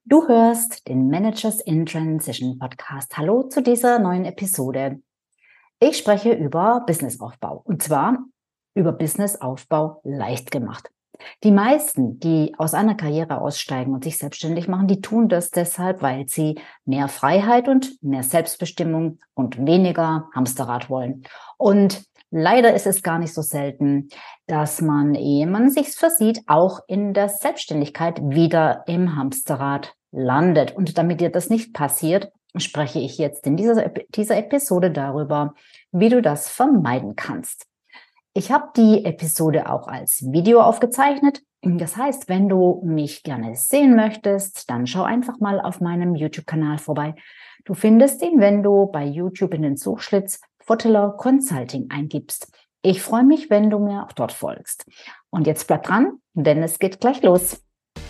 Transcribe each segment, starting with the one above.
Du hörst den Managers in Transition Podcast. Hallo zu dieser neuen Episode. Ich spreche über Businessaufbau und zwar über Businessaufbau leicht gemacht. Die meisten, die aus einer Karriere aussteigen und sich selbstständig machen, die tun das deshalb, weil sie mehr Freiheit und mehr Selbstbestimmung und weniger Hamsterrad wollen. Und leider ist es gar nicht so selten, dass man, ehe man sich's versieht, auch in der Selbstständigkeit wieder im Hamsterrad landet. Und damit dir das nicht passiert, spreche ich jetzt in dieser Episode darüber, wie du das vermeiden kannst. Ich habe die Episode auch als Video aufgezeichnet. Das heißt, wenn du mich gerne sehen möchtest, dann schau einfach mal auf meinem YouTube-Kanal vorbei. Du findest ihn, wenn du bei YouTube in den Suchschlitz Votteler Consulting eingibst. Ich freue mich, wenn du mir auch dort folgst. Und jetzt bleib dran, denn es geht gleich los.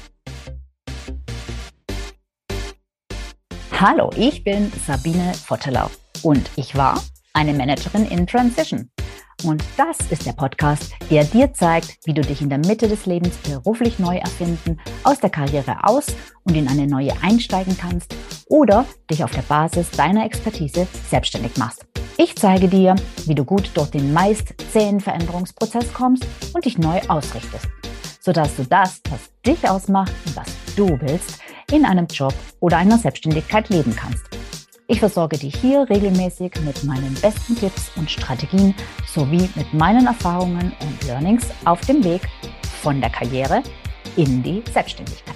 Hallo, ich bin Sabine Votteler und ich war eine Managerin in Transition. Und das ist der Podcast, der dir zeigt, wie du dich in der Mitte des Lebens beruflich neu erfinden, aus der Karriere aus und in eine neue einsteigen kannst oder dich auf der Basis deiner Expertise selbstständig machst. Ich zeige dir, wie du gut durch den meist zähen Veränderungsprozess kommst und dich neu ausrichtest, sodass du das, was dich ausmacht und was du willst, in einem Job oder einer Selbstständigkeit leben kannst. Ich versorge dich hier regelmäßig mit meinen besten Tipps und Strategien sowie mit meinen Erfahrungen und Learnings auf dem Weg von der Karriere in die Selbstständigkeit.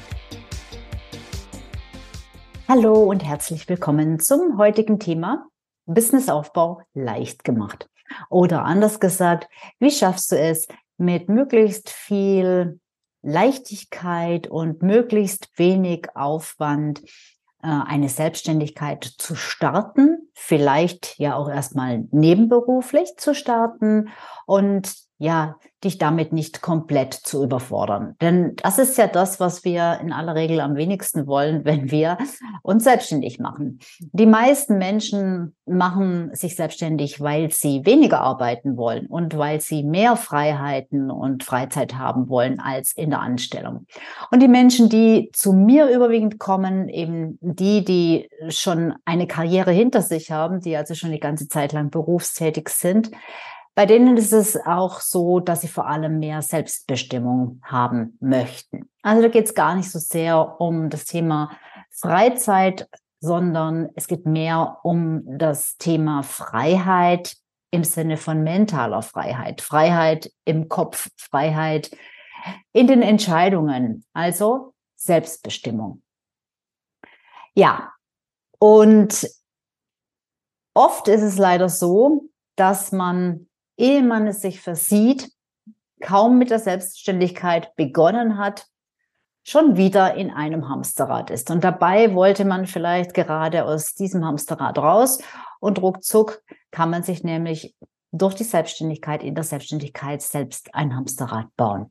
Hallo und herzlich willkommen zum heutigen Thema Businessaufbau leicht gemacht. Oder anders gesagt, wie schaffst du es, mit möglichst viel Leichtigkeit und möglichst wenig Aufwand eine Selbstständigkeit zu starten, vielleicht ja auch erstmal nebenberuflich zu starten und ja, dich damit nicht komplett zu überfordern. Denn das ist ja das, was wir in aller Regel am wenigsten wollen, wenn wir uns selbstständig machen. Die meisten Menschen machen sich selbstständig, weil sie weniger arbeiten wollen und weil sie mehr Freiheiten und Freizeit haben wollen als in der Anstellung. Und die Menschen, die zu mir überwiegend kommen, eben die schon eine Karriere hinter sich haben, die also schon die ganze Zeit lang berufstätig sind, bei denen ist es auch so, dass sie vor allem mehr Selbstbestimmung haben möchten. Also da geht es gar nicht so sehr um das Thema Freizeit, sondern es geht mehr um das Thema Freiheit im Sinne von mentaler Freiheit, Freiheit im Kopf, Freiheit in den Entscheidungen, also Selbstbestimmung. Ja, und oft ist es leider so, dass man, ehe man es sich versieht, kaum mit der Selbstständigkeit begonnen hat, schon wieder in einem Hamsterrad ist. Und dabei wollte man vielleicht gerade aus diesem Hamsterrad raus und ruckzuck kann man sich nämlich durch die Selbstständigkeit in der Selbstständigkeit selbst ein Hamsterrad bauen.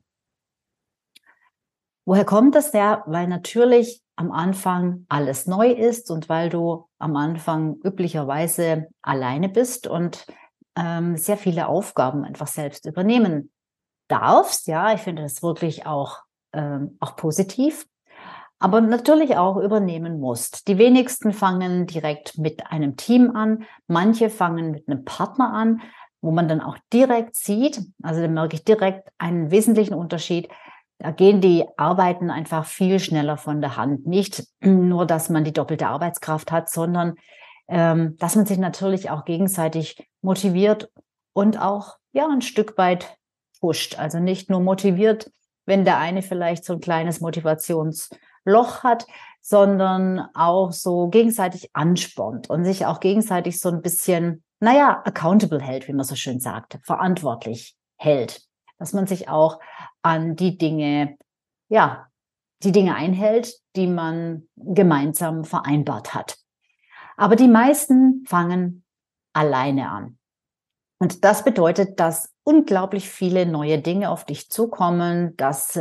Woher kommt das? Ja, weil natürlich am Anfang alles neu ist und weil du am Anfang üblicherweise alleine bist und sehr viele Aufgaben einfach selbst übernehmen darfst. Ja, ich finde das wirklich auch positiv, aber natürlich auch übernehmen musst. Die wenigsten fangen direkt mit einem Team an. Manche fangen mit einem Partner an, wo man dann auch direkt sieht, also da merke ich direkt einen wesentlichen Unterschied. Da gehen die Arbeiten einfach viel schneller von der Hand. Nicht nur, dass man die doppelte Arbeitskraft hat, sondern dass man sich natürlich auch gegenseitig motiviert und auch ja ein Stück weit pusht. Also nicht nur motiviert, wenn der eine vielleicht so ein kleines Motivationsloch hat, sondern auch so gegenseitig anspornt und sich auch gegenseitig so ein bisschen, accountable hält, wie man so schön sagt, verantwortlich hält. Dass man sich auch an die Dinge einhält, die man gemeinsam vereinbart hat. Aber die meisten fangen alleine an. Und das bedeutet, dass unglaublich viele neue Dinge auf dich zukommen, dass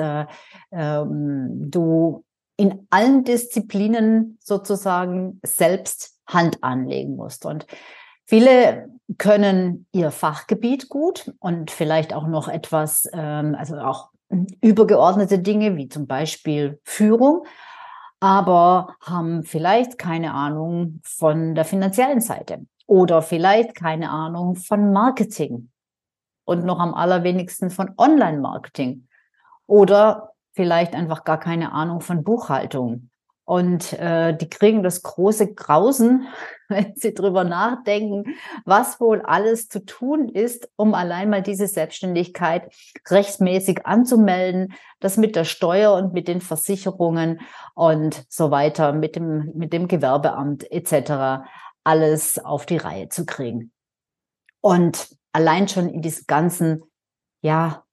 du in allen Disziplinen sozusagen selbst Hand anlegen musst. Und viele können ihr Fachgebiet gut und vielleicht auch noch etwas, also auch übergeordnete Dinge wie zum Beispiel Führung. aber haben vielleicht keine Ahnung von der finanziellen Seite oder vielleicht keine Ahnung von Marketing und noch am allerwenigsten von Online-Marketing oder vielleicht einfach gar keine Ahnung von Buchhaltung. Und die kriegen das große Grausen, wenn sie drüber nachdenken, was wohl alles zu tun ist, um allein mal diese Selbstständigkeit rechtmäßig anzumelden, das mit der Steuer und mit den Versicherungen und so weiter, mit dem Gewerbeamt etc. alles auf die Reihe zu kriegen. Und allein schon in diesem ganzen, ja,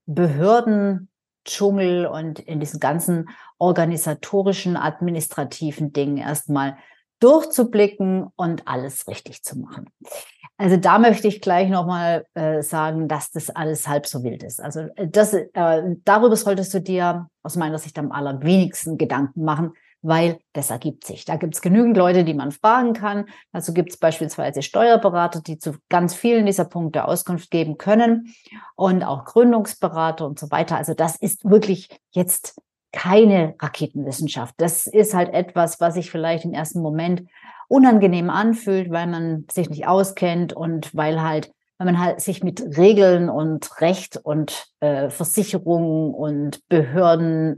Behördendschungel und in diesen ganzen organisatorischen, administrativen Dingen erstmal durchzublicken und alles richtig zu machen. Also da möchte ich gleich nochmal sagen, dass das alles halb so wild ist. Also darüber solltest du dir aus meiner Sicht am allerwenigsten Gedanken machen, weil das ergibt sich. Da gibt es genügend Leute, die man fragen kann. Also gibt es beispielsweise Steuerberater, die zu ganz vielen dieser Punkte Auskunft geben können und auch Gründungsberater und so weiter. Also das ist wirklich jetzt keine Raketenwissenschaft. Das ist halt etwas, was sich vielleicht im ersten Moment unangenehm anfühlt, weil man sich nicht auskennt und weil man halt sich mit Regeln und Recht und Versicherungen und Behörden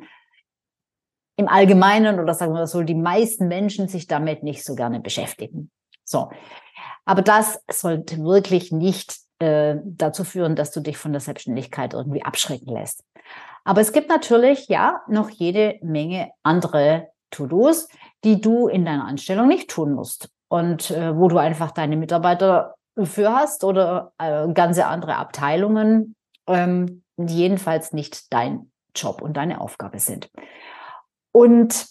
im Allgemeinen oder sagen wir so, die meisten Menschen sich damit nicht so gerne beschäftigen. So, aber das sollte wirklich nicht dazu führen, dass du dich von der Selbstständigkeit irgendwie abschrecken lässt. Aber es gibt natürlich ja noch jede Menge andere To-Dos, die du in deiner Anstellung nicht tun musst und wo du einfach deine Mitarbeiter für hast oder ganze andere Abteilungen, die jedenfalls nicht dein Job und deine Aufgabe sind. Und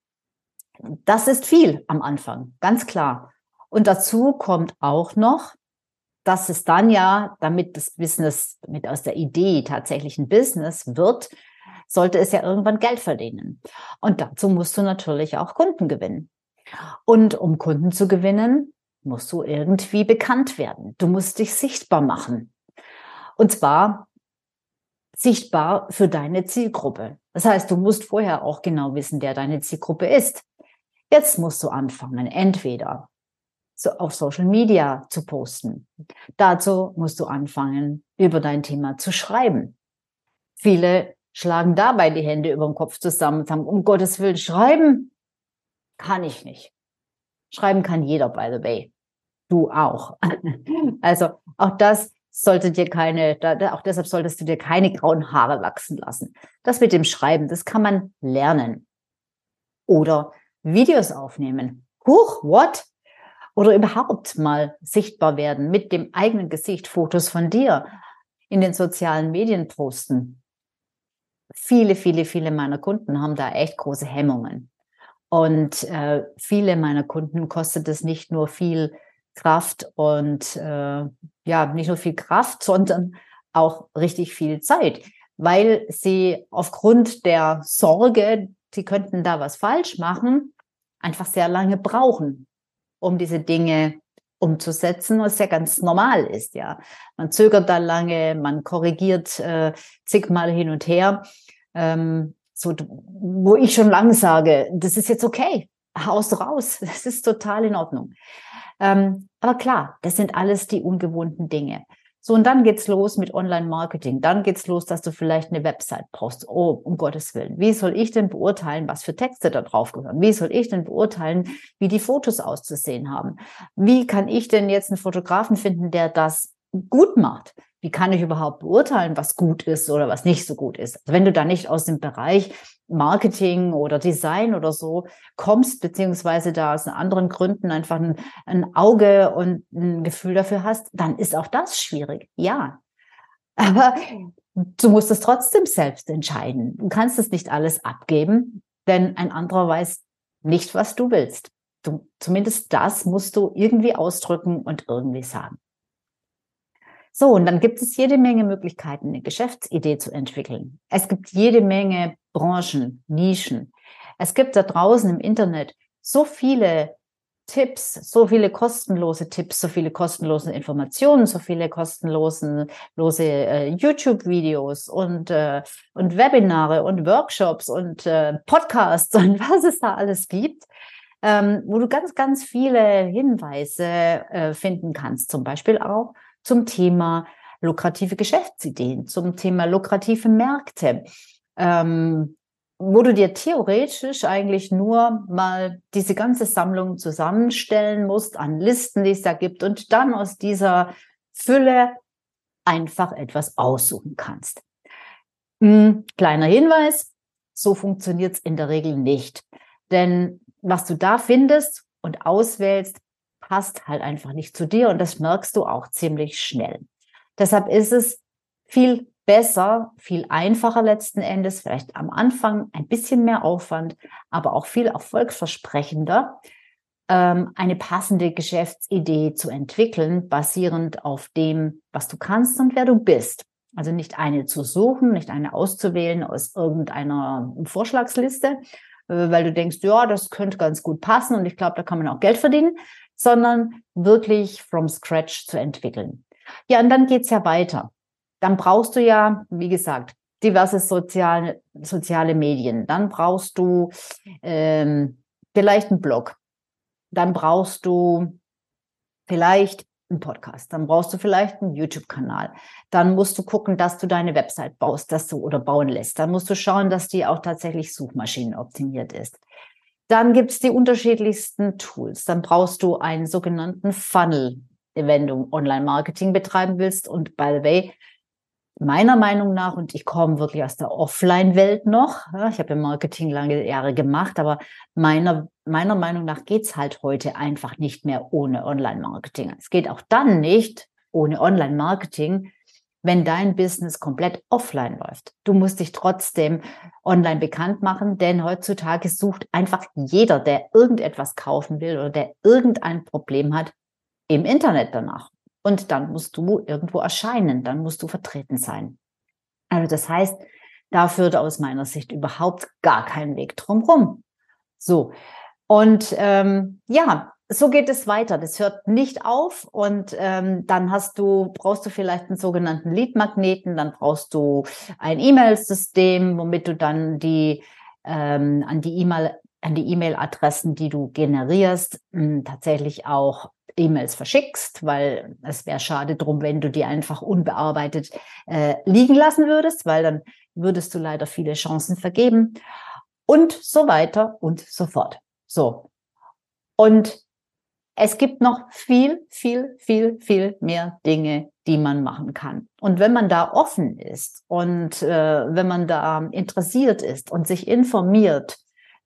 das ist viel am Anfang, ganz klar. Und dazu kommt auch noch, dass es dann ja, damit das Business, damit aus der Idee tatsächlich ein Business wird, sollte es ja irgendwann Geld verdienen. Und dazu musst du natürlich auch Kunden gewinnen. Und um Kunden zu gewinnen, musst du irgendwie bekannt werden. Du musst dich sichtbar machen. Und zwar sichtbar für deine Zielgruppe. Das heißt, du musst vorher auch genau wissen, wer deine Zielgruppe ist. Jetzt musst du anfangen, entweder auf Social Media zu posten. Dazu musst du anfangen, über dein Thema zu schreiben. Viele schlagen dabei die Hände über den Kopf zusammen und sagen, um Gottes Willen, schreiben kann ich nicht. Schreiben kann jeder, by the way. Du auch. Also auch das sollte dir auch deshalb solltest du dir keine grauen Haare wachsen lassen. Das mit dem Schreiben, das kann man lernen. Oder Videos aufnehmen. Huch, what? Oder überhaupt mal sichtbar werden mit dem eigenen Gesicht, Fotos von dir in den sozialen Medien posten. Viele meiner Kunden haben da echt große Hemmungen. Und viele meiner Kunden kostet es nicht nur viel Kraft und nicht nur viel Kraft, sondern auch richtig viel Zeit, weil sie aufgrund der Sorge, sie könnten da was falsch machen, einfach sehr lange brauchen, um diese Dinge umzusetzen, was ja ganz normal ist, ja. Man zögert da lange, man korrigiert zigmal hin und her, wo ich schon lange sage, das ist jetzt okay, haust raus, das ist total in Ordnung. Aber klar, das sind alles die ungewohnten Dinge. So, und dann geht's los mit Online-Marketing. Dann geht's los, dass du vielleicht eine Website brauchst. Oh, um Gottes Willen. Wie soll ich denn beurteilen, was für Texte da drauf gehören? Wie soll ich denn beurteilen, wie die Fotos auszusehen haben? Wie kann ich denn jetzt einen Fotografen finden, der das gut macht? Wie kann ich überhaupt beurteilen, was gut ist oder was nicht so gut ist? Also wenn du da nicht aus dem Bereich Marketing oder Design oder so kommst, beziehungsweise da aus anderen Gründen einfach ein Auge und ein Gefühl dafür hast, dann ist auch das schwierig. Ja, aber du musst es trotzdem selbst entscheiden. Du kannst es nicht alles abgeben, denn ein anderer weiß nicht, was du willst. Zumindest das musst du irgendwie ausdrücken und irgendwie sagen. So, und dann gibt es jede Menge Möglichkeiten, eine Geschäftsidee zu entwickeln. Es gibt jede Menge Branchen, Nischen. Es gibt da draußen im Internet so viele Tipps, so viele kostenlose Tipps, so viele kostenlose Informationen, so viele kostenlose YouTube-Videos und Webinare und Workshops und Podcasts und was es da alles gibt, wo du ganz, ganz viele Hinweise finden kannst, zum Beispiel auch zum Thema lukrative Geschäftsideen, zum Thema lukrative Märkte, wo du dir theoretisch eigentlich nur mal diese ganze Sammlung zusammenstellen musst an Listen, die es da gibt und dann aus dieser Fülle einfach etwas aussuchen kannst. Kleiner Hinweis, so funktioniert es in der Regel nicht. Denn was du da findest und auswählst, passt halt einfach nicht zu dir und das merkst du auch ziemlich schnell. Deshalb ist es viel besser, viel einfacher letzten Endes, vielleicht am Anfang ein bisschen mehr Aufwand, aber auch viel erfolgsversprechender, eine passende Geschäftsidee zu entwickeln, basierend auf dem, was du kannst und wer du bist. Also nicht eine zu suchen, nicht eine auszuwählen aus irgendeiner Vorschlagsliste, weil du denkst, ja, das könnte ganz gut passen und ich glaube, da kann man auch Geld verdienen, sondern wirklich from scratch zu entwickeln. Ja, und dann geht's ja weiter. Dann brauchst du ja, wie gesagt, diverse soziale Medien. Dann brauchst du vielleicht einen Blog. Dann brauchst du vielleicht einen Podcast. Dann brauchst du vielleicht einen YouTube-Kanal. Dann musst du gucken, dass du deine Website baust, oder bauen lässt. Dann musst du schauen, dass die auch tatsächlich suchmaschinenoptimiert ist. Dann gibt's die unterschiedlichsten Tools. Dann brauchst du einen sogenannten Funnel, wenn du Online-Marketing betreiben willst. Und by the way, meiner Meinung nach, und ich komme wirklich aus der Offline-Welt noch, ich habe im Marketing lange Jahre gemacht, aber meiner Meinung nach geht's halt heute einfach nicht mehr ohne Online-Marketing. Es geht auch dann nicht ohne Online-Marketing, wenn dein Business komplett offline läuft. Du musst dich trotzdem online bekannt machen, denn heutzutage sucht einfach jeder, der irgendetwas kaufen will oder der irgendein Problem hat, im Internet danach. Und dann musst du irgendwo erscheinen, dann musst du vertreten sein. Also das heißt, da führt aus meiner Sicht überhaupt gar kein Weg drumherum. So, und ja, so geht es weiter. Das hört nicht auf und dann brauchst du vielleicht einen sogenannten Lead-Magneten, dann brauchst du ein E-Mail-System, womit du dann an die E-Mail-Adressen, die du generierst, tatsächlich auch E-Mails verschickst, weil es wäre schade drum, wenn du die einfach unbearbeitet liegen lassen würdest, weil dann würdest du leider viele Chancen vergeben und so weiter und so fort. So. Und es gibt noch viel, viel, viel, viel mehr Dinge, die man machen kann. Und wenn man da offen ist und wenn man da interessiert ist und sich informiert,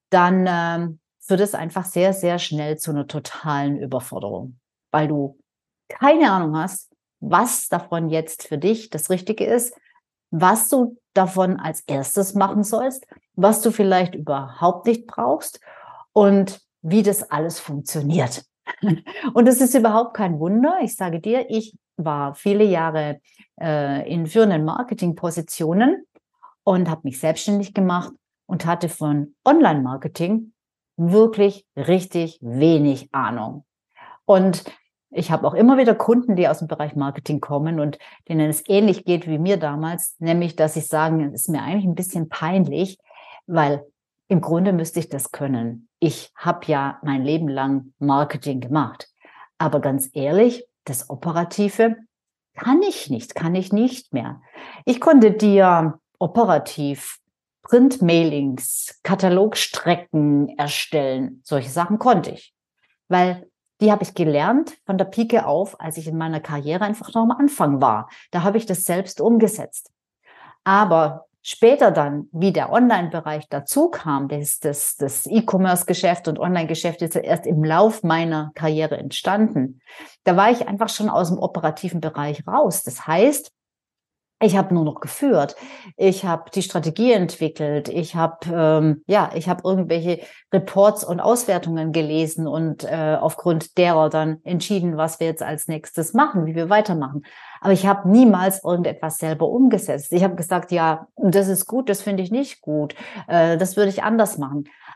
dann wird es einfach sehr, sehr schnell zu einer totalen Überforderung, weil du keine Ahnung hast, was davon jetzt für dich das Richtige ist, was du davon als erstes machen sollst, was du vielleicht überhaupt nicht brauchst und wie das alles funktioniert. Und es ist überhaupt kein Wunder. Ich sage dir, ich war viele Jahre in führenden Marketingpositionen und habe mich selbstständig gemacht und hatte von Online-Marketing wirklich richtig wenig Ahnung. Und ich habe auch immer wieder Kunden, die aus dem Bereich Marketing kommen und denen es ähnlich geht wie mir damals, nämlich, dass sie sagen, es ist mir eigentlich ein bisschen peinlich, weil im Grunde müsste ich das können. Ich habe ja mein Leben lang Marketing gemacht. Aber ganz ehrlich, das Operative kann ich nicht mehr. Ich konnte dir operativ Printmailings, Katalogstrecken erstellen. Solche Sachen konnte ich, weil die habe ich gelernt von der Pike auf, als ich in meiner Karriere einfach noch am Anfang war. Da habe ich das selbst umgesetzt. Aber später dann, wie der Online-Bereich dazu kam, das E-Commerce-Geschäft und Online-Geschäft ist erst im Lauf meiner Karriere entstanden. Da war ich einfach schon aus dem operativen Bereich raus. Das heißt, ich habe nur noch geführt. Ich habe die Strategie entwickelt. Ich habe irgendwelche Reports und Auswertungen gelesen und aufgrund derer dann entschieden, was wir jetzt als nächstes machen, wie wir weitermachen. Aber ich habe niemals irgendetwas selber umgesetzt. Ich habe gesagt, ja, das ist gut, das finde ich nicht gut, das würde ich anders machen.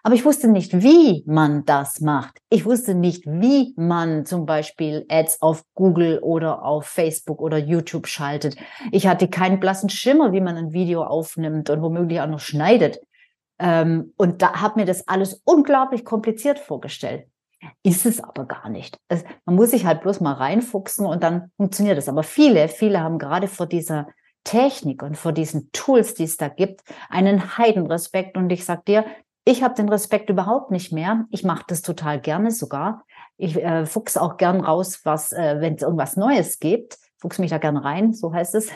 Aber ich wusste nicht, wie man das macht. Ich wusste nicht, wie man zum Beispiel Ads auf Google oder auf Facebook oder YouTube schaltet. Ich hatte keinen blassen Schimmer, wie man ein Video aufnimmt und womöglich auch noch schneidet. Und da habe mir das alles unglaublich kompliziert vorgestellt. Ist es aber gar nicht. Man muss sich halt bloß mal reinfuchsen und dann funktioniert es. Aber viele haben gerade vor dieser Technik und vor diesen Tools, die es da gibt, einen Heidenrespekt. Und ich sag dir, ich habe den Respekt überhaupt nicht mehr. Ich mache das total gerne sogar. Ich fuchse auch gern raus, wenn es irgendwas Neues gibt. Fuchse mich da gern rein, so heißt es.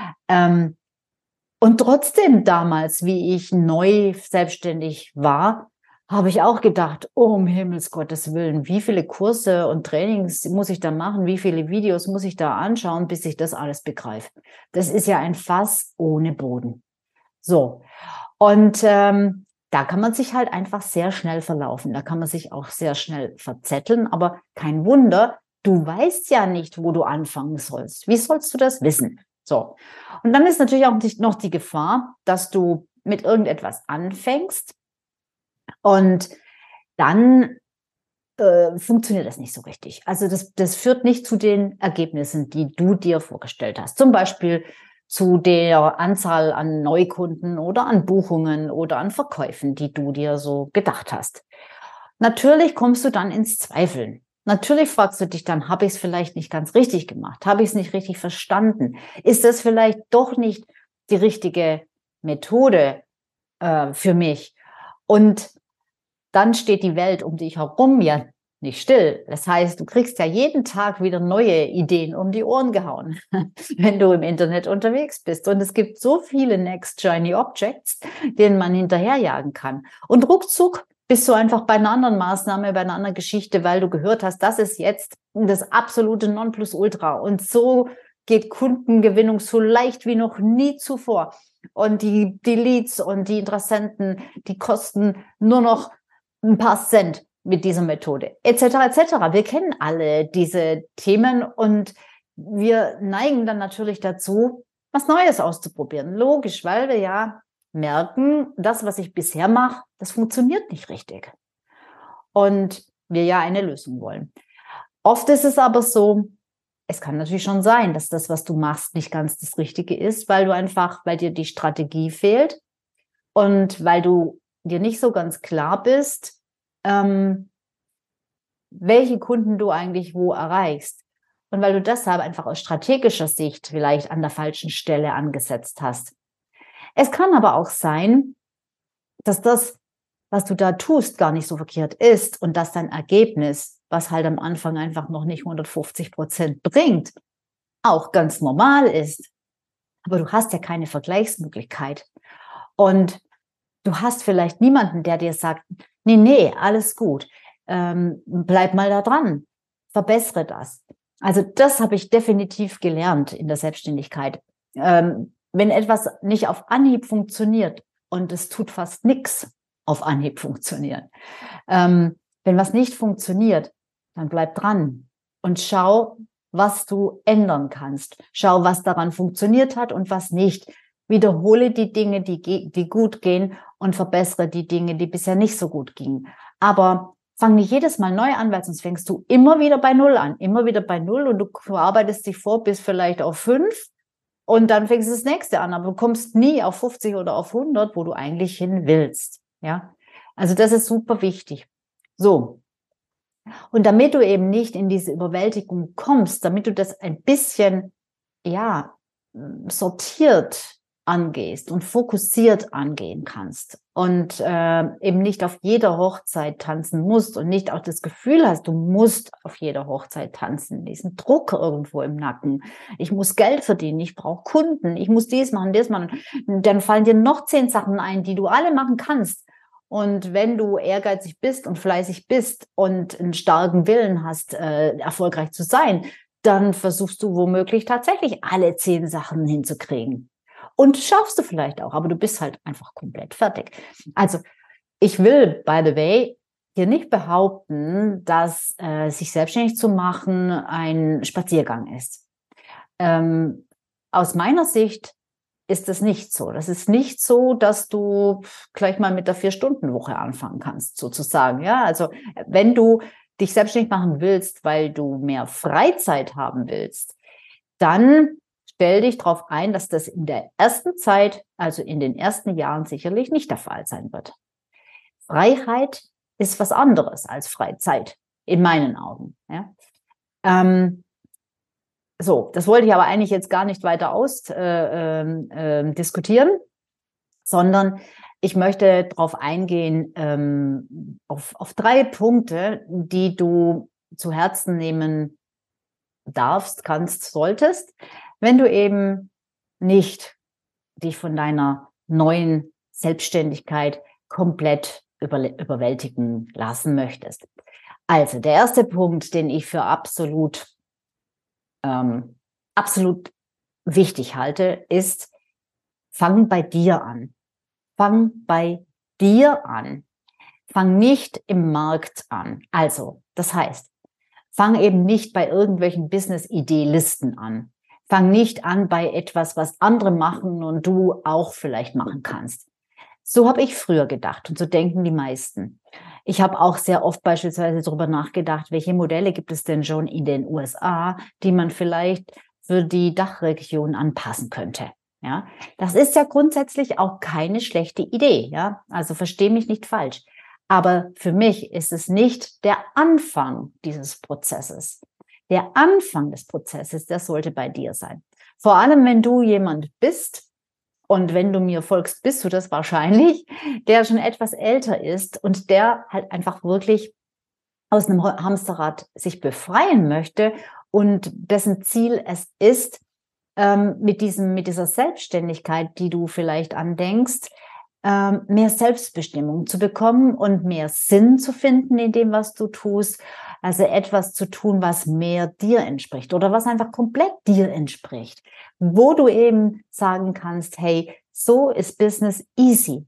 Und trotzdem damals, wie ich neu selbstständig war, habe ich auch gedacht, oh, um Himmels Gottes Willen, wie viele Kurse und Trainings muss ich da machen? Wie viele Videos muss ich da anschauen, bis ich das alles begreife? Das ist ja ein Fass ohne Boden. So. Und da kann man sich halt einfach sehr schnell verlaufen. Da kann man sich auch sehr schnell verzetteln. Aber kein Wunder, du weißt ja nicht, wo du anfangen sollst. Wie sollst du das wissen? So. Und dann ist natürlich auch noch die Gefahr, dass du mit irgendetwas anfängst und dann funktioniert das nicht so richtig. Also das führt nicht zu den Ergebnissen, die du dir vorgestellt hast. Zum Beispiel zu der Anzahl an Neukunden oder an Buchungen oder an Verkäufen, die du dir so gedacht hast. Natürlich kommst du dann ins Zweifeln. Natürlich fragst du dich dann, habe ich es vielleicht nicht ganz richtig gemacht? Habe ich es nicht richtig verstanden? Ist das vielleicht doch nicht die richtige Methode für mich? Und dann steht die Welt um dich herum ja nicht still. Das heißt, du kriegst ja jeden Tag wieder neue Ideen um die Ohren gehauen, wenn du im Internet unterwegs bist. Und es gibt so viele Next Shiny Objects, denen man hinterherjagen kann. Und ruckzuck bist du einfach bei einer anderen Maßnahme, bei einer anderen Geschichte, weil du gehört hast, das ist jetzt das absolute Nonplusultra. Und so geht Kundengewinnung so leicht wie noch nie zuvor. Und die Leads und die Interessenten, die kosten nur noch ein paar Cent mit dieser Methode, etc., etc. Wir kennen alle diese Themen und wir neigen dann natürlich dazu, was Neues auszuprobieren. Logisch, weil wir ja merken, das, was ich bisher mache, das funktioniert nicht richtig. Und wir ja eine Lösung wollen. Oft ist es aber so, es kann natürlich schon sein, dass das, was du machst, nicht ganz das Richtige ist, weil dir die Strategie fehlt und weil du dir nicht so ganz klar bist, welche Kunden du eigentlich wo erreichst. Und weil du deshalb einfach aus strategischer Sicht vielleicht an der falschen Stelle angesetzt hast. Es kann aber auch sein, dass das, was du da tust, gar nicht so verkehrt ist und dass dein Ergebnis, was halt am Anfang einfach noch nicht 150% bringt, auch ganz normal ist. Aber du hast ja keine Vergleichsmöglichkeit. Und du hast vielleicht niemanden, der dir sagt, nee, alles gut, bleib mal da dran, verbessere das. Also das habe ich definitiv gelernt in der Selbstständigkeit. Wenn etwas nicht auf Anhieb funktioniert und es tut fast nichts auf Anhieb funktionieren. Wenn was nicht funktioniert, dann bleib dran und schau, was du ändern kannst. Schau, was daran funktioniert hat und was nicht. Wiederhole die Dinge, die gut gehen und verbessere die Dinge, die bisher nicht so gut gingen. Aber fang nicht jedes Mal neu an, weil sonst fängst du immer wieder bei Null an. Immer wieder bei Null und du arbeitest dich vor bis vielleicht auf 5 und dann fängst du das nächste an. Aber du kommst nie auf 50 oder auf 100, wo du eigentlich hin willst. Ja, also das ist super wichtig. So. Und damit du eben nicht in diese Überwältigung kommst, damit du das ein bisschen, ja, sortiert angehst und fokussiert angehen kannst und eben nicht auf jeder Hochzeit tanzen musst und nicht auch das Gefühl hast, du musst auf jeder Hochzeit tanzen, diesen Druck irgendwo im Nacken. Ich muss Geld verdienen, ich brauche Kunden, ich muss dies machen, das machen. Dann fallen dir noch 10 Sachen ein, die du alle machen kannst. Und wenn du ehrgeizig bist und fleißig bist und einen starken Willen hast, erfolgreich zu sein, dann versuchst du womöglich tatsächlich alle 10 Sachen hinzukriegen. Und schaffst du vielleicht auch, aber du bist halt einfach komplett fertig. Also ich will, by the way, hier nicht behaupten, dass sich selbstständig zu machen ein Spaziergang ist. Aus meiner Sicht ist es nicht so. Das ist nicht so, dass du gleich mal mit der 4-Stunden-Woche anfangen kannst, sozusagen. Ja, also wenn du dich selbstständig machen willst, weil du mehr Freizeit haben willst, dann stell dich darauf ein, dass das in der ersten Zeit, also in den ersten Jahren sicherlich nicht der Fall sein wird. Freiheit ist was anderes als Freizeit, in meinen Augen. Ja? So, das wollte ich aber eigentlich jetzt gar nicht weiter diskutieren, sondern ich möchte darauf eingehen, auf 3 Punkte, die du zu Herzen nehmen darfst, kannst, solltest, wenn du eben nicht dich von deiner neuen Selbstständigkeit komplett überwältigen lassen möchtest. Also der erste Punkt, den ich für absolut wichtig halte, ist, fang bei dir an. Fang bei dir an. Fang nicht im Markt an. Also, das heißt, fang eben nicht bei irgendwelchen Business-Idee-Listen an. Fang nicht an bei etwas, was andere machen und du auch vielleicht machen kannst. So habe ich früher gedacht und so denken die meisten. Ich habe auch sehr oft beispielsweise darüber nachgedacht, welche Modelle gibt es denn schon in den USA, die man vielleicht für die Dachregion anpassen könnte. Ja, das ist ja grundsätzlich auch keine schlechte Idee. Ja, also verstehe mich nicht falsch. Aber für mich ist es nicht der Anfang dieses Prozesses. Der Anfang des Prozesses, der sollte bei dir sein. Vor allem, wenn du jemand bist, und wenn du mir folgst, bist du das wahrscheinlich, der schon etwas älter ist und der halt einfach wirklich aus einem Hamsterrad sich befreien möchte und dessen Ziel es ist, mit dieser Selbstständigkeit, die du vielleicht andenkst, mehr Selbstbestimmung zu bekommen und mehr Sinn zu finden in dem, was du tust. Also etwas zu tun, was mehr dir entspricht oder was einfach komplett dir entspricht, wo du eben sagen kannst, hey, so ist Business easy,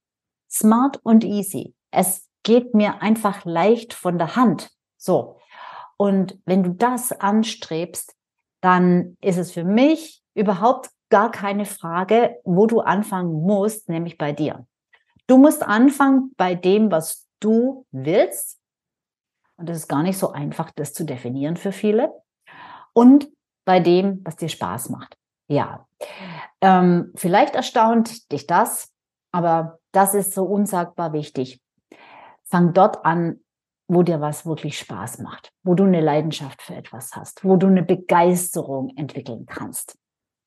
smart und easy. Es geht mir einfach leicht von der Hand. So. Und wenn du das anstrebst, dann ist es für mich überhaupt gar keine Frage, wo du anfangen musst, nämlich bei dir. Du musst anfangen bei dem, was du willst. Und das ist gar nicht so einfach, das zu definieren für viele. Und bei dem, was dir Spaß macht. Ja, vielleicht erstaunt dich das, aber das ist so unsagbar wichtig. Fang dort an, wo dir was wirklich Spaß macht, wo du eine Leidenschaft für etwas hast, wo du eine Begeisterung entwickeln kannst.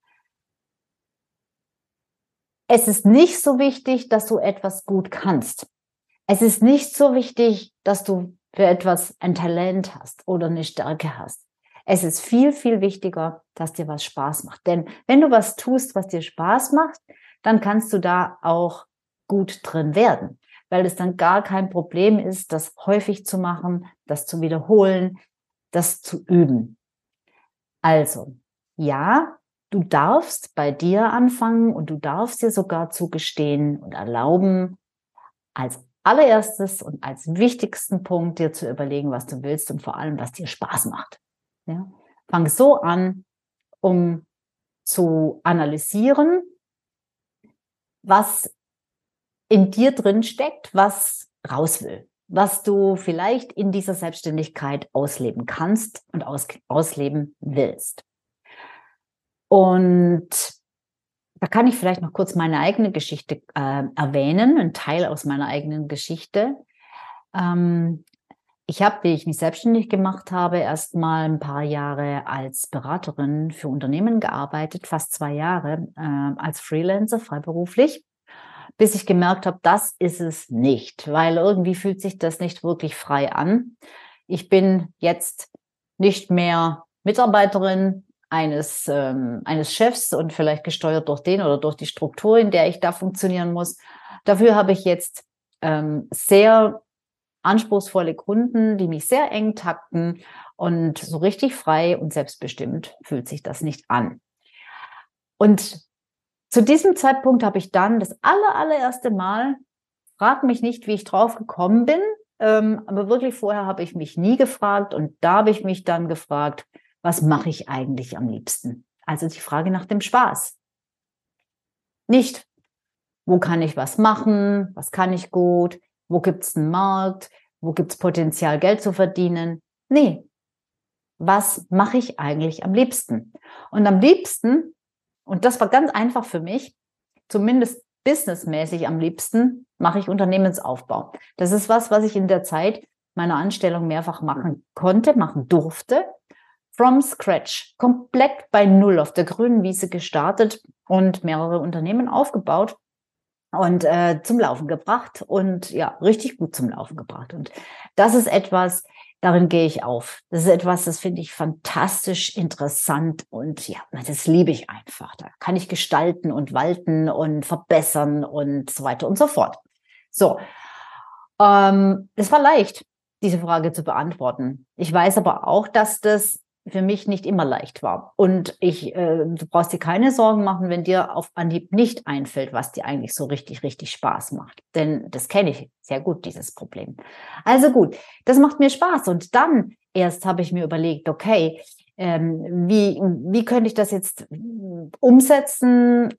Es ist nicht so wichtig, dass du etwas gut kannst. Es ist nicht so wichtig, dass du für etwas ein Talent hast oder eine Stärke hast. Es ist viel, viel wichtiger, dass dir was Spaß macht. Denn wenn du was tust, was dir Spaß macht, dann kannst du da auch gut drin werden, weil es dann gar kein Problem ist, das häufig zu machen, das zu wiederholen, das zu üben. Also, ja, du darfst bei dir anfangen und du darfst dir sogar zugestehen und erlauben, als allererstes und als wichtigsten Punkt dir zu überlegen, was du willst und vor allem, was dir Spaß macht. Ja? Fang so an, um zu analysieren, was in dir drin steckt, was raus will, was du vielleicht in dieser Selbstständigkeit ausleben kannst und ausleben willst. Und da kann ich vielleicht noch kurz meine eigene Geschichte erwähnen, einen Teil aus meiner eigenen Geschichte. Ich habe, wie ich mich selbstständig gemacht habe, erst mal ein paar Jahre als Beraterin für Unternehmen gearbeitet, fast 2 Jahre als Freelancer, freiberuflich, bis ich gemerkt habe, das ist es nicht, weil irgendwie fühlt sich das nicht wirklich frei an. Ich bin jetzt nicht mehr Mitarbeiterin eines Chefs und vielleicht gesteuert durch den oder durch die Struktur, in der ich da funktionieren muss. Dafür habe ich jetzt sehr anspruchsvolle Kunden, die mich sehr eng takten und so richtig frei und selbstbestimmt fühlt sich das nicht an. Und zu diesem Zeitpunkt habe ich dann das allererste Mal, frag mich nicht, wie ich drauf gekommen bin, aber wirklich vorher habe ich mich nie gefragt und da habe ich mich dann gefragt, was mache ich eigentlich am liebsten? Also die Frage nach dem Spaß. Nicht, wo kann ich was machen, was kann ich gut, wo gibt es einen Markt, wo gibt es Potenzial, Geld zu verdienen. Nee, was mache ich eigentlich am liebsten? Und am liebsten, und das war ganz einfach für mich, zumindest businessmäßig am liebsten, mache ich Unternehmensaufbau. Das ist was ich in der Zeit meiner Anstellung mehrfach machen konnte, machen durfte. From scratch, komplett bei Null auf der grünen Wiese gestartet und mehrere Unternehmen aufgebaut und zum Laufen gebracht und ja, richtig gut zum Laufen gebracht. Und das ist etwas, darin gehe ich auf. Das ist etwas, das finde ich fantastisch interessant und ja, das liebe ich einfach. Da kann ich gestalten und walten und verbessern und so weiter und so fort. So, es war leicht, diese Frage zu beantworten. Ich weiß aber auch, dass das für mich nicht immer leicht war. Und du brauchst dir keine Sorgen machen, wenn dir auf Anhieb nicht einfällt, was dir eigentlich so richtig, richtig Spaß macht. Denn das kenne ich sehr gut, dieses Problem. Also gut, das macht mir Spaß. Und dann erst habe ich mir überlegt, okay, wie könnte ich das jetzt umsetzen?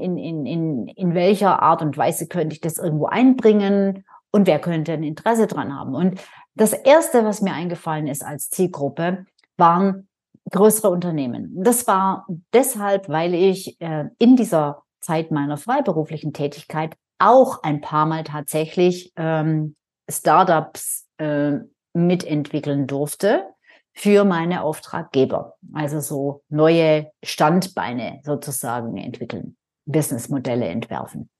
In welcher Art und Weise könnte ich das irgendwo einbringen? Und wer könnte ein Interesse dran haben? Und das Erste, was mir eingefallen ist als Zielgruppe, waren größere Unternehmen. Das war deshalb, weil ich in dieser Zeit meiner freiberuflichen Tätigkeit auch ein paar Mal tatsächlich Startups mitentwickeln durfte für meine Auftraggeber. Also so neue Standbeine sozusagen entwickeln, Businessmodelle entwerfen.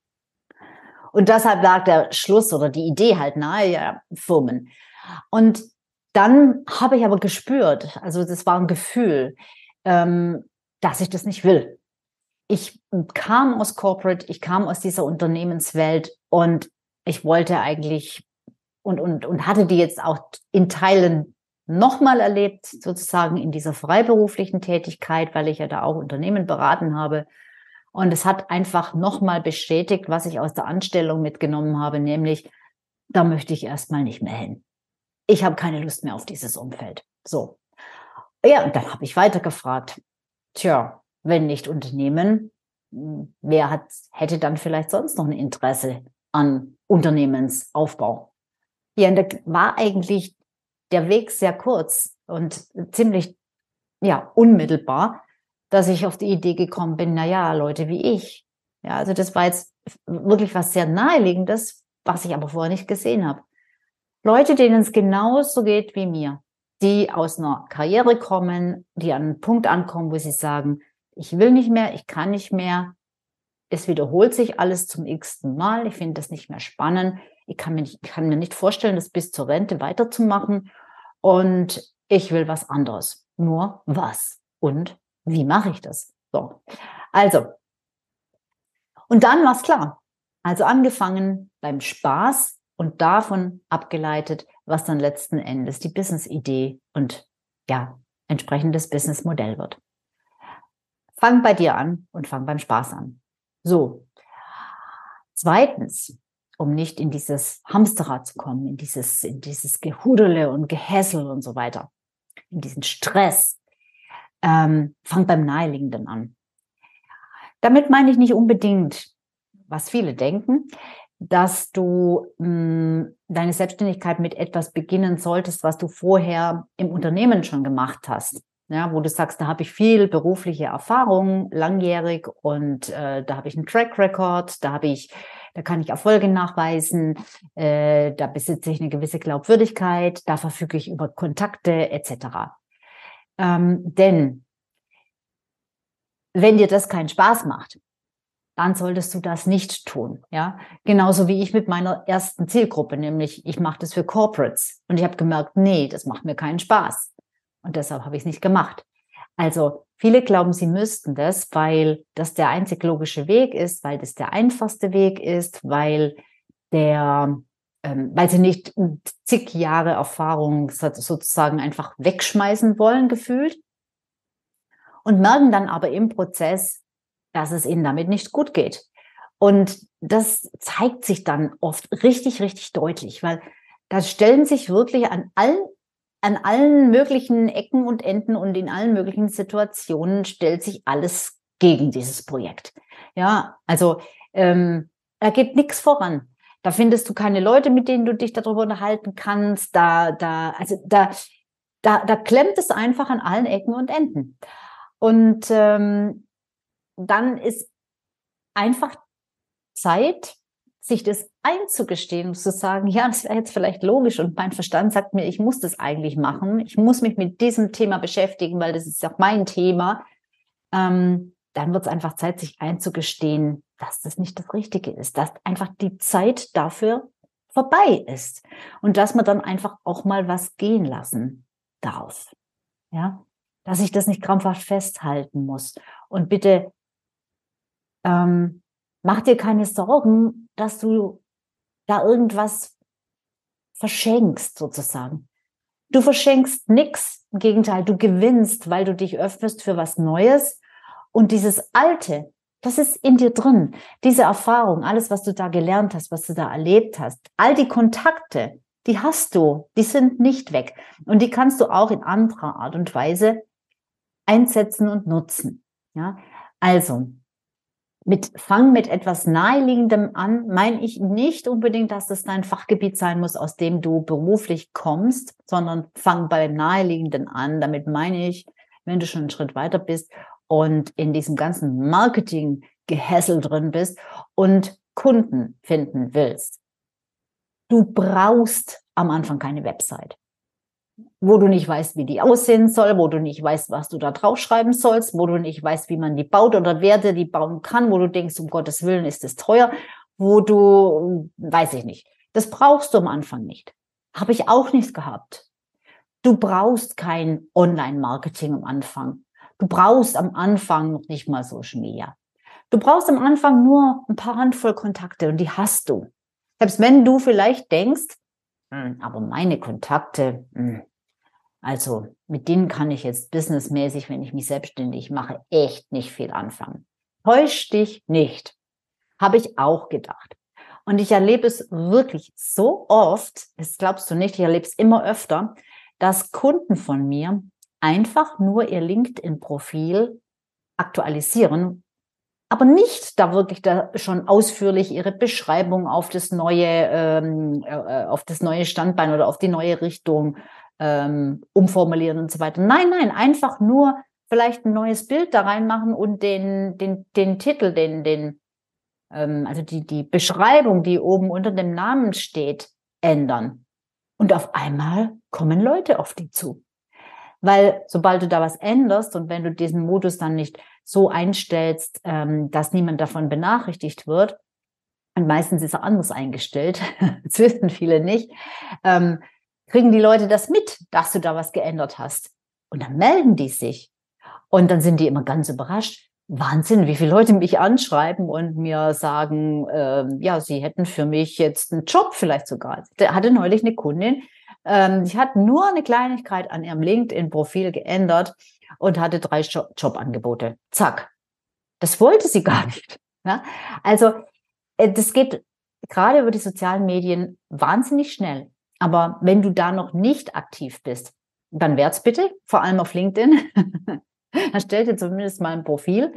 Und deshalb lag der Schluss oder die Idee halt nahe, ja, Firmen. Und dann habe ich aber gespürt, also das war ein Gefühl, dass ich das nicht will. Ich kam aus Corporate, ich kam aus dieser Unternehmenswelt und ich wollte eigentlich und hatte die jetzt auch in Teilen nochmal erlebt, sozusagen in dieser freiberuflichen Tätigkeit, weil ich ja da auch Unternehmen beraten habe. Und es hat einfach nochmal bestätigt, was ich aus der Anstellung mitgenommen habe, nämlich, da möchte ich erstmal nicht mehr hin. Ich habe keine Lust mehr auf dieses Umfeld. So. Ja, und dann habe ich weitergefragt. Tja, wenn nicht Unternehmen, hätte dann vielleicht sonst noch ein Interesse an Unternehmensaufbau? Ja, und da war eigentlich der Weg sehr kurz und ziemlich, ja, unmittelbar, dass ich auf die Idee gekommen bin, naja, Leute wie ich. Ja, also das war jetzt wirklich was sehr Naheliegendes, was ich aber vorher nicht gesehen habe. Leute, denen es genauso geht wie mir, die aus einer Karriere kommen, die an einen Punkt ankommen, wo sie sagen, ich will nicht mehr, ich kann nicht mehr, es wiederholt sich alles zum x-ten Mal, ich finde das nicht mehr spannend, ich kann mir nicht vorstellen, das bis zur Rente weiterzumachen und ich will was anderes. Nur was und wie mache ich das? So, also, und dann war es klar. Also angefangen beim Spaß und davon abgeleitet, was dann letzten Endes die Business-Idee und ja, entsprechendes Businessmodell wird. Fang bei dir an und fang beim Spaß an. So. Zweitens, um nicht in dieses Hamsterrad zu kommen, in dieses Gehudele und Gehässel und so weiter, in diesen Stress, fang beim Naheliegenden an. Damit meine ich nicht unbedingt, was viele denken, dass du deine Selbstständigkeit mit etwas beginnen solltest, was du vorher im Unternehmen schon gemacht hast. Ja, wo du sagst, da habe ich viel berufliche Erfahrung, langjährig und da habe ich einen Track Record, da kann ich Erfolge nachweisen, da besitze ich eine gewisse Glaubwürdigkeit, da verfüge ich über Kontakte etc. Denn wenn dir das keinen Spaß macht, dann solltest du das nicht tun. Ja, genauso wie ich mit meiner ersten Zielgruppe, nämlich ich mache das für Corporates und ich habe gemerkt, nee, das macht mir keinen Spaß und deshalb habe ich es nicht gemacht. Also viele glauben, sie müssten das, weil das der einzig logische Weg ist, weil das der einfachste Weg ist, weil sie nicht zig Jahre Erfahrung sozusagen einfach wegschmeißen wollen, gefühlt, und merken dann aber im Prozess, dass es ihnen damit nicht gut geht. Und das zeigt sich dann oft richtig, richtig deutlich, weil da stellen sich wirklich an allen möglichen Ecken und Enden und in allen möglichen Situationen stellt sich alles gegen dieses Projekt. Ja, also da geht nichts voran. Da findest du keine Leute, mit denen du dich darüber unterhalten kannst. Da klemmt es einfach an allen Ecken und Enden. Und dann ist einfach Zeit, sich das einzugestehen und zu sagen, ja, das wäre jetzt vielleicht logisch und mein Verstand sagt mir, ich muss das eigentlich machen. Ich muss mich mit diesem Thema beschäftigen, weil das ist ja mein Thema. Dann wird es einfach Zeit, sich einzugestehen, dass das nicht das Richtige ist, dass einfach die Zeit dafür vorbei ist und dass man dann einfach auch mal was gehen lassen darf. Ja, dass ich das nicht krampfhaft festhalten muss. Und bitte mach dir keine Sorgen, dass du da irgendwas verschenkst, sozusagen. Du verschenkst nichts, im Gegenteil, du gewinnst, weil du dich öffnest für was Neues. Und dieses Alte, das ist in dir drin. Diese Erfahrung, alles, was du da gelernt hast, was du da erlebt hast, all die Kontakte, die hast du, die sind nicht weg. Und die kannst du auch in anderer Art und Weise einsetzen und nutzen. Ja, also fang mit etwas Naheliegendem an, meine ich nicht unbedingt, dass das dein Fachgebiet sein muss, aus dem du beruflich kommst, sondern fang bei Naheliegenden an. Damit meine ich, wenn du schon einen Schritt weiter bist und in diesem ganzen Marketing-Gehässel drin bist und Kunden finden willst. Du brauchst am Anfang keine Website, wo du nicht weißt, wie die aussehen soll, wo du nicht weißt, was du da draufschreiben sollst, wo du nicht weißt, wie man die baut oder wer dir die bauen kann, wo du denkst, um Gottes Willen ist das teuer, wo du, weiß ich nicht. Das brauchst du am Anfang nicht. Habe ich auch nicht gehabt. Du brauchst kein Online-Marketing am Anfang. Du brauchst am Anfang noch nicht mal Social Media. Du brauchst am Anfang nur ein paar Handvoll Kontakte und die hast du. Selbst wenn du vielleicht denkst, aber meine Kontakte, also mit denen kann ich jetzt businessmäßig, wenn ich mich selbstständig mache, echt nicht viel anfangen. Täusch dich nicht. Habe ich auch gedacht. Und ich erlebe es wirklich so oft, das glaubst du nicht, ich erlebe es immer öfter, dass Kunden von mir einfach nur ihr LinkedIn-Profil aktualisieren, aber nicht da wirklich da schon ausführlich ihre Beschreibung auf das neue Standbein oder auf die neue Richtung umformulieren und so weiter. Nein, einfach nur vielleicht ein neues Bild da reinmachen und den Titel, also die Beschreibung, die oben unter dem Namen steht, ändern. Und auf einmal kommen Leute auf die zu. Weil sobald du da was änderst und wenn du diesen Modus dann nicht so einstellst, dass niemand davon benachrichtigt wird, und meistens ist er anders eingestellt, das wissen viele nicht, kriegen die Leute das mit, dass du da was geändert hast. Und dann melden die sich. Und dann sind die immer ganz überrascht. Wahnsinn, wie viele Leute mich anschreiben und mir sagen, ja, sie hätten für mich jetzt einen Job vielleicht sogar. Da hatte neulich eine Kundin, sie hat nur eine Kleinigkeit an ihrem LinkedIn-Profil geändert und hatte 3 Jobangebote. Zack. Das wollte sie gar nicht. Ja? Also das geht gerade über die sozialen Medien wahnsinnig schnell. Aber wenn du da noch nicht aktiv bist, dann wär's bitte, vor allem auf LinkedIn. Erstell dir zumindest mal ein Profil.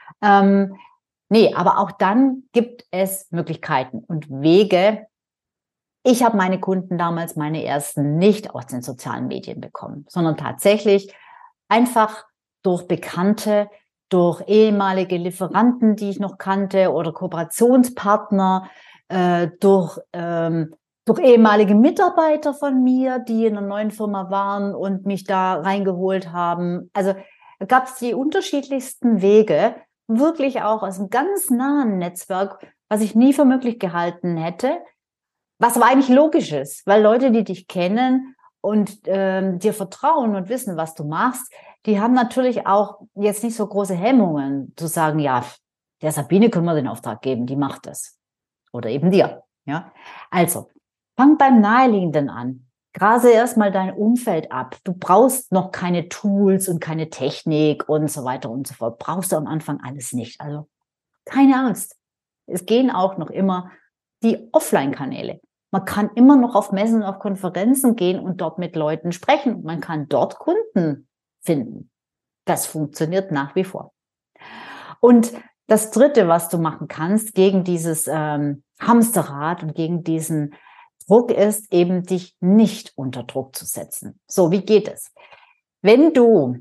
Nee, aber auch dann gibt es Möglichkeiten und Wege. Ich habe meine Kunden damals, meine ersten, nicht aus den sozialen Medien bekommen, sondern tatsächlich einfach durch Bekannte, durch ehemalige Lieferanten, die ich noch kannte oder Kooperationspartner, durch ehemalige Mitarbeiter von mir, die in einer neuen Firma waren und mich da reingeholt haben. Also da gab es die unterschiedlichsten Wege, wirklich auch aus einem ganz nahen Netzwerk, was ich nie für möglich gehalten hätte, was aber eigentlich logisch ist, weil Leute, die dich kennen und dir vertrauen und wissen, was du machst, die haben natürlich auch jetzt nicht so große Hemmungen zu sagen, ja, der Sabine können wir den Auftrag geben, die macht das. Oder eben dir. Ja? Also, fang beim Naheliegenden an. Grase erstmal dein Umfeld ab. Du brauchst noch keine Tools und keine Technik und so weiter und so fort. Brauchst du am Anfang alles nicht. Also, keine Angst. Es gehen auch noch immer die Offline-Kanäle. Man kann immer noch auf Messen, auf Konferenzen gehen und dort mit Leuten sprechen. Man kann dort Kunden finden. Das funktioniert nach wie vor. Und Das Dritte, was du machen kannst gegen dieses Hamsterrad und gegen diesen Druck, ist eben, dich nicht unter Druck zu setzen. So, wie geht es? Wenn du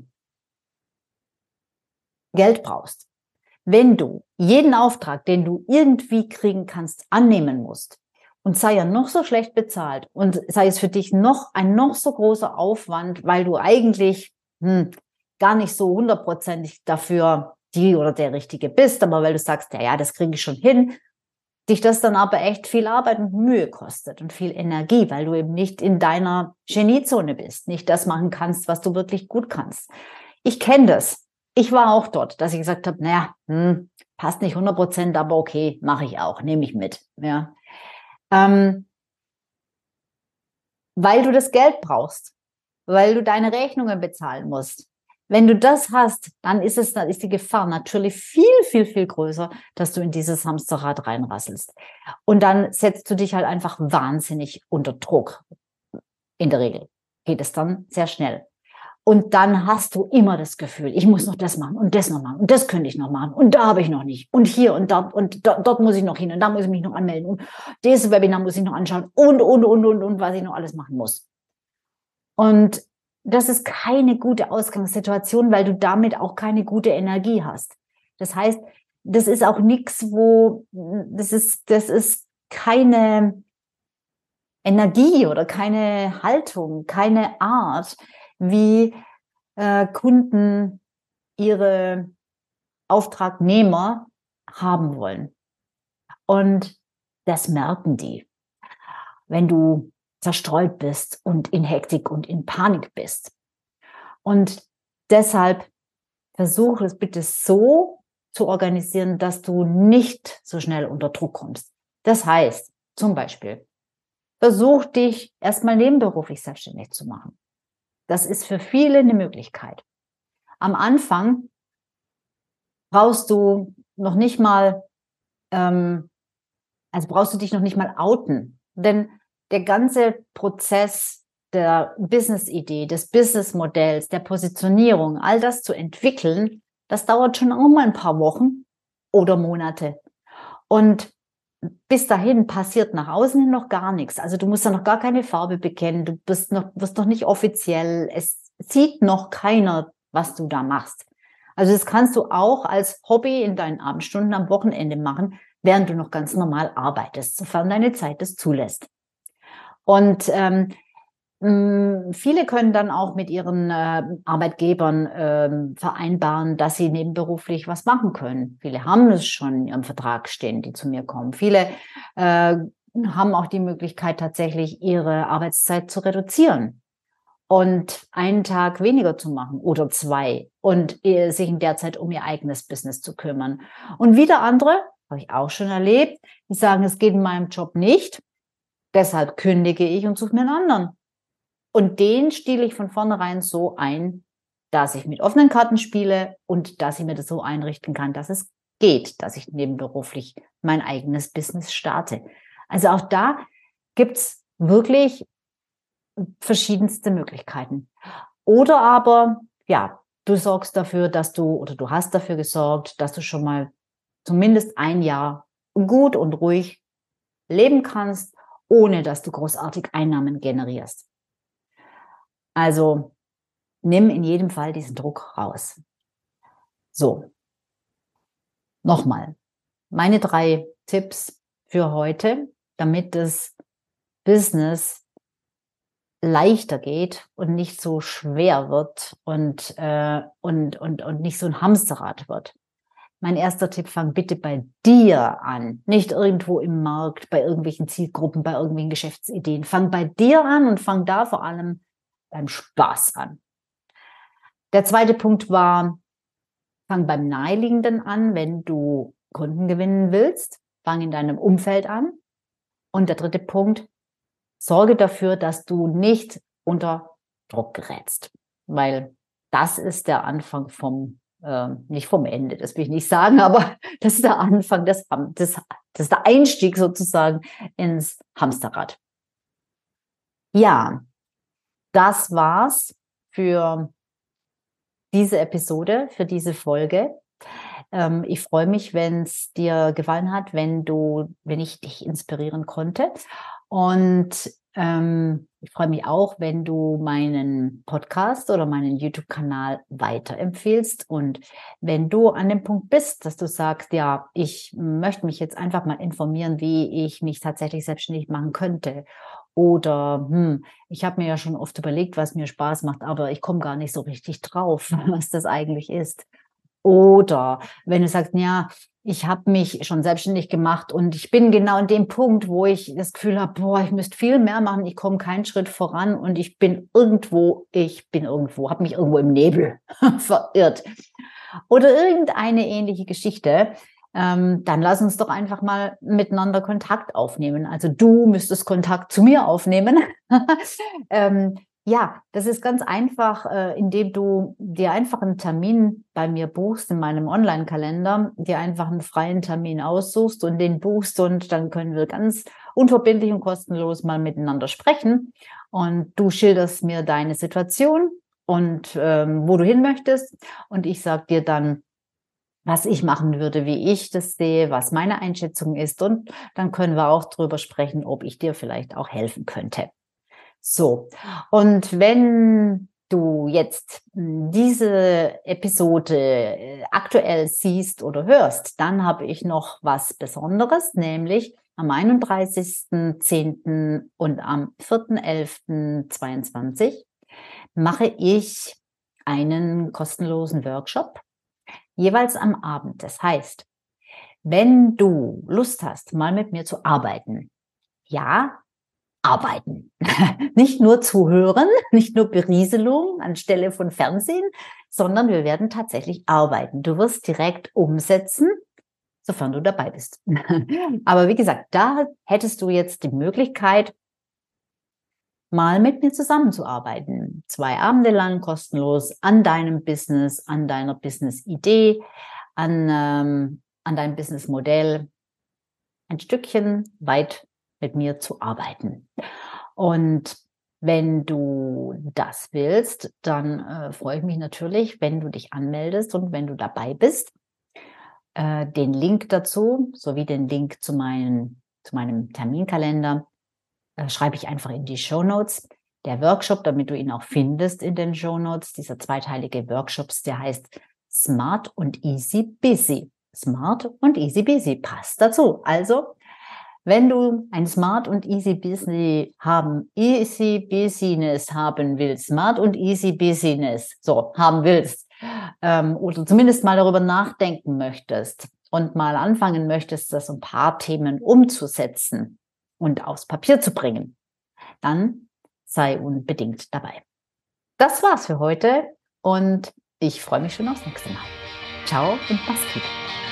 Geld brauchst, wenn du jeden Auftrag, den du irgendwie kriegen kannst, annehmen musst, und sei er noch so schlecht bezahlt und sei es für dich noch so großer Aufwand, weil du eigentlich gar nicht so hundertprozentig dafür die oder der Richtige bist, aber weil du sagst, ja, das kriege ich schon hin, dich das dann aber echt viel Arbeit und Mühe kostet und viel Energie, weil du eben nicht in deiner Geniezone bist, nicht das machen kannst, was du wirklich gut kannst. Ich kenne das. Ich war auch dort, dass ich gesagt habe, naja, passt nicht 100%, aber okay, mache ich auch, nehme ich mit. Ja. Weil du das Geld brauchst, weil du deine Rechnungen bezahlen musst. Wenn du das hast, dann ist die Gefahr natürlich viel, viel, viel größer, dass du in dieses Hamsterrad reinrasselst. Und dann setzt du dich halt einfach wahnsinnig unter Druck. In der Regel geht es dann sehr schnell. Und dann hast du immer das Gefühl, ich muss noch das machen und das noch machen und das könnte ich noch machen und da habe ich noch nicht und hier und dort und dort muss ich noch hin und da muss ich mich noch anmelden und dieses Webinar muss ich noch anschauen und, was ich noch alles machen muss. Und das ist keine gute Ausgangssituation, weil du damit auch keine gute Energie hast. Das heißt, das ist auch nichts, das ist keine Energie oder keine Haltung, keine Art, wie Kunden ihre Auftragnehmer haben wollen. Und das merken die, wenn du zerstreut bist und in Hektik und in Panik bist. Und deshalb versuche es bitte so zu organisieren, dass du nicht so schnell unter Druck kommst. Das heißt, zum Beispiel, versuch dich erstmal nebenberuflich selbstständig zu machen. Das ist für viele eine Möglichkeit. Am Anfang brauchst du noch nicht mal, brauchst du dich noch nicht mal outen. Denn der ganze Prozess der Business-Idee, des Business-Modells, der Positionierung, all das zu entwickeln, das dauert schon auch mal ein paar Wochen oder Monate. Und bis dahin passiert nach außen hin noch gar nichts. Also du musst da noch gar keine Farbe bekennen. Du wirst noch nicht offiziell. Es sieht noch keiner, was du da machst. Also das kannst du auch als Hobby in deinen Abendstunden am Wochenende machen, während du noch ganz normal arbeitest, sofern deine Zeit das zulässt. Und viele können dann auch mit ihren Arbeitgebern vereinbaren, dass sie nebenberuflich was machen können. Viele haben es schon in ihrem Vertrag stehen, die zu mir kommen. Viele haben auch die Möglichkeit, tatsächlich ihre Arbeitszeit zu reduzieren und einen Tag weniger zu machen oder 2 und sich in der Zeit um ihr eigenes Business zu kümmern. Und wieder andere, habe ich auch schon erlebt, die sagen, es geht in meinem Job nicht, deshalb kündige ich und suche mir einen anderen. Und den stiele ich von vornherein so ein, dass ich mit offenen Karten spiele und dass ich mir das so einrichten kann, dass es geht, dass ich nebenberuflich mein eigenes Business starte. Also auch da gibt's wirklich verschiedenste Möglichkeiten. Oder aber, ja, du sorgst dafür, du hast dafür gesorgt, dass du schon mal zumindest ein Jahr gut und ruhig leben kannst, ohne dass du großartig Einnahmen generierst. Also nimm in jedem Fall diesen Druck raus. So, nochmal. Meine 3 Tipps für heute, damit das Business leichter geht und nicht so schwer wird und nicht so ein Hamsterrad wird. Mein erster Tipp, fang bitte bei dir an, nicht irgendwo im Markt, bei irgendwelchen Zielgruppen, bei irgendwelchen Geschäftsideen. Fang bei dir an und fang da vor allem beim Spaß an. Der zweite Punkt war, fang beim Naheliegenden an, wenn du Kunden gewinnen willst. Fang in deinem Umfeld an. Und der dritte Punkt, sorge dafür, dass du nicht unter Druck gerätst. Weil das ist der Anfang nicht vom Ende, das will ich nicht sagen, aber das ist der Anfang, das ist der Einstieg sozusagen ins Hamsterrad. Ja, das war's für diese Episode, für diese Folge. Ich freue mich, wenn es dir gefallen hat, wenn ich dich inspirieren konnte. Und ich freue mich auch, wenn du meinen Podcast oder meinen YouTube-Kanal weiterempfehlst. Und wenn du an dem Punkt bist, dass du sagst, ja, ich möchte mich jetzt einfach mal informieren, wie ich mich tatsächlich selbstständig machen könnte. Oder ich habe mir ja schon oft überlegt, was mir Spaß macht, aber ich komme gar nicht so richtig drauf, was das eigentlich ist. Oder wenn du sagst, ja, ich habe mich schon selbstständig gemacht und ich bin genau an dem Punkt, wo ich das Gefühl habe, boah, ich müsste viel mehr machen, ich komme keinen Schritt voran und ich bin irgendwo, habe mich irgendwo im Nebel verirrt. Oder irgendeine ähnliche Geschichte, dann lass uns doch einfach mal miteinander Kontakt aufnehmen. Also du müsstest Kontakt zu mir aufnehmen. Ja, das ist ganz einfach, indem du dir einfach einen Termin bei mir buchst in meinem Online-Kalender, dir einfach einen freien Termin aussuchst und den buchst und dann können wir ganz unverbindlich und kostenlos mal miteinander sprechen. Und du schilderst mir deine Situation und wo du hin möchtest und ich sage dir dann, was ich machen würde, wie ich das sehe, was meine Einschätzung ist und dann können wir auch drüber sprechen, ob ich dir vielleicht auch helfen könnte. So, und wenn du jetzt diese Episode aktuell siehst oder hörst, dann habe ich noch was Besonderes, nämlich am 31.10. und am 4.11.22 mache ich einen kostenlosen Workshop, jeweils am Abend. Das heißt, wenn du Lust hast, mal mit mir zu arbeiten, ja, arbeiten. Nicht nur zuhören, nicht nur Berieselung anstelle von Fernsehen, sondern wir werden tatsächlich arbeiten. Du wirst direkt umsetzen, sofern du dabei bist. Aber wie gesagt, da hättest du jetzt die Möglichkeit, mal mit mir zusammenzuarbeiten. 2 Abende lang kostenlos an deinem Business, an deiner Business-Idee, an deinem Businessmodell, ein Stückchen weit mit mir zu arbeiten. Und wenn du das willst, dann freue ich mich natürlich, wenn du dich anmeldest und wenn du dabei bist. Den Link dazu sowie den Link zu meinem Terminkalender schreibe ich einfach in die Shownotes. Der Workshop, damit du ihn auch findest in den Shownotes, dieser zweiteilige Workshop, der heißt Smart und Easy Busy. Smart und Easy Busy passt dazu. Also, wenn du ein Smart und Easy Business Easy Business haben willst, Smart und Easy Business so haben willst, oder zumindest mal darüber nachdenken möchtest und mal anfangen möchtest, das ein paar Themen umzusetzen und aufs Papier zu bringen, dann sei unbedingt dabei. Das war's für heute und ich freue mich schon aufs nächste Mal. Ciao und mach's gut.